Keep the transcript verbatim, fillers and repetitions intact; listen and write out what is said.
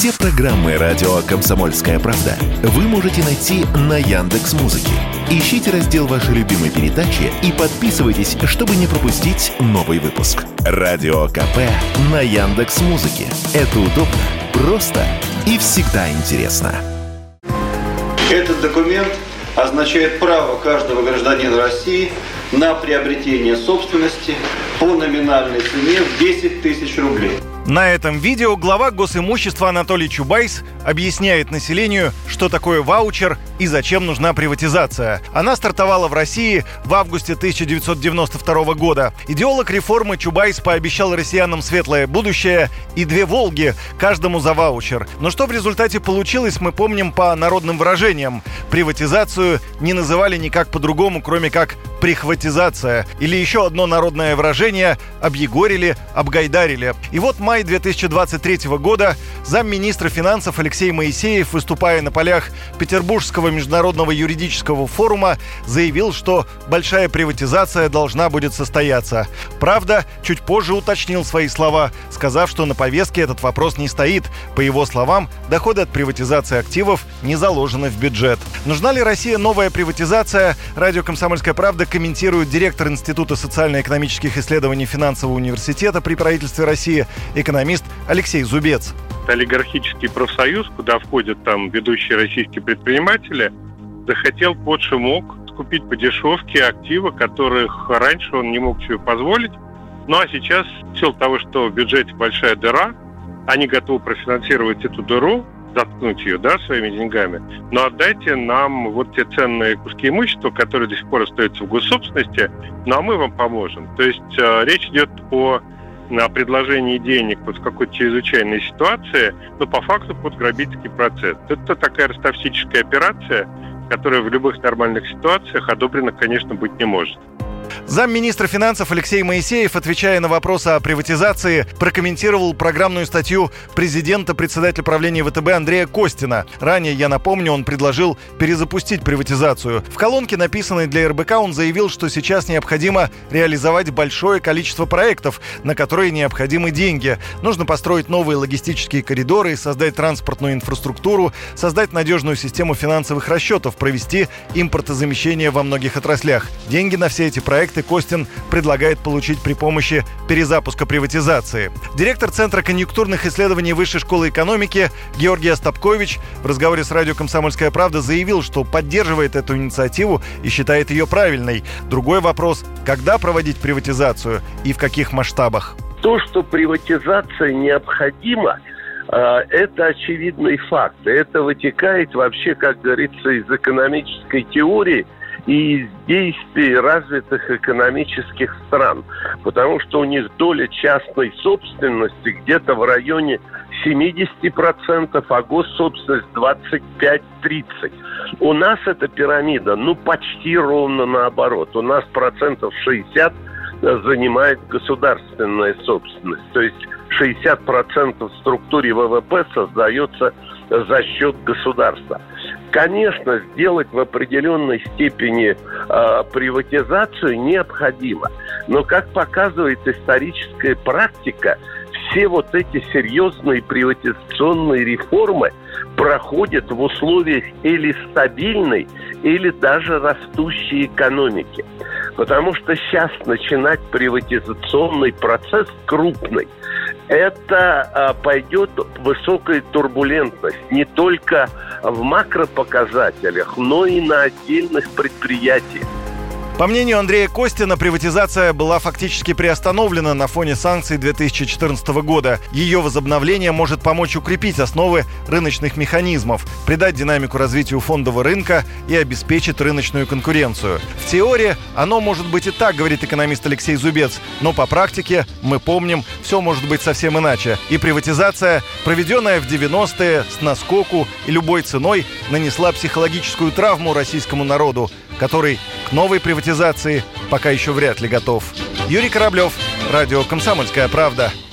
Все программы радио «Комсомольская правда» вы можете найти на Яндекс.Музыке. Ищите раздел вашей любимой передачи и подписывайтесь, чтобы не пропустить новый выпуск. Радио КП на Яндекс.Музыке. Это удобно, просто и всегда интересно. Этот документ означает право каждого гражданина России на приобретение собственности по номинальной цене в десять тысяч рублей. На этом видео глава Госимущества Анатолий Чубайс объясняет населению, что такое ваучер и зачем нужна приватизация. Она стартовала в России в августе тысяча девятьсот девяносто второго года. Идеолог реформы Чубайс пообещал россиянам светлое будущее и две «Волги» каждому за ваучер. Но что в результате получилось, мы помним по народным выражениям. Приватизацию не называли никак по-другому, кроме как прихватизация. Или еще одно народное выражение – объегорили, обгайдарили. И вот май две тысячи двадцать третьего года замминистра финансов Алексей Моисеев, выступая на полях Петербургского международного юридического форума, заявил, что большая приватизация должна будет состояться. Правда, чуть позже уточнил свои слова, сказав, что на повестке этот вопрос не стоит. По его словам, доходы от приватизации активов не заложены в бюджет. Нужна ли России новая приватизация? Радио «Комсомольская правда» комментирует директор Института социально-экономических исследований Финансового университета при правительстве России, экономист Алексей Зубец. Олигархический профсоюз, куда входят там ведущие российские предприниматели, захотел под шумок скупить по дешевке активы, которых раньше он не мог себе позволить. Ну а сейчас, в силу того, что в бюджете большая дыра, они готовы профинансировать эту дыру, заткнуть ее, да, своими деньгами, но отдайте нам вот те ценные куски имущества, которые до сих пор остаются в госсобственности, ну а мы вам поможем. То есть э, речь идет о на предложении денег вот в какой-то чрезвычайной ситуации, но по факту под грабительский процесс. Это такая ростовсическая операция, которая в любых нормальных ситуациях одобрена, конечно, быть не может. Замминистра финансов Алексей Моисеев, отвечая на вопросы о приватизации, прокомментировал программную статью президента, председателя правления ВТБ Андрея Костина. Ранее, я напомню, он предложил перезапустить приватизацию. В колонке, написанной для эр бэ ка, он заявил, что сейчас необходимо реализовать большое количество проектов, на которые необходимы деньги. Нужно построить новые логистические коридоры, создать транспортную инфраструктуру, создать надежную систему финансовых расчетов, провести импортозамещение во многих отраслях. Деньги на все эти проекты Костин предлагает получить при помощи перезапуска приватизации. Директор Центра конъюнктурных исследований Высшей школы экономики Георгий Остапкович в разговоре с радио «Комсомольская правда» заявил, что поддерживает эту инициативу и считает ее правильной. Другой вопрос – когда проводить приватизацию и в каких масштабах? То, что приватизация необходима, это очевидный факт. Это вытекает вообще, как говорится, из экономической теории и из действий развитых экономических стран. Потому что у них доля частной собственности где-то в районе семьдесят процентов, а госсобственность двадцать пять - тридцать процентов. У нас эта пирамида, ну, почти ровно наоборот. У нас процентов шестьдесят занимает государственная собственность. То есть шестьдесят процентов в структуре вэ вэ пэ создается за счет государства. Конечно, сделать в определенной степени э, приватизацию необходимо. Но, как показывает историческая практика, все вот эти серьезные приватизационные реформы проходят в условиях или стабильной, или даже растущей экономики. Потому что сейчас начинать приватизационный процесс крупный, это а, пойдет высокая турбулентность не только в макропоказателях, но и на отдельных предприятиях. По мнению Андрея Костина, приватизация была фактически приостановлена на фоне санкций две тысячи четырнадцатого года. Ее возобновление может помочь укрепить основы рыночных механизмов, придать динамику развитию фондового рынка и обеспечить рыночную конкуренцию. В теории оно может быть и так, говорит экономист Алексей Зубец, но по практике, мы помним, все может быть совсем иначе. И приватизация, проведенная в девяностые с наскоку и любой ценой, нанесла психологическую травму российскому народу, который к новой приватизации пока еще вряд ли готов. Юрий Кораблев, радио «Комсомольская правда».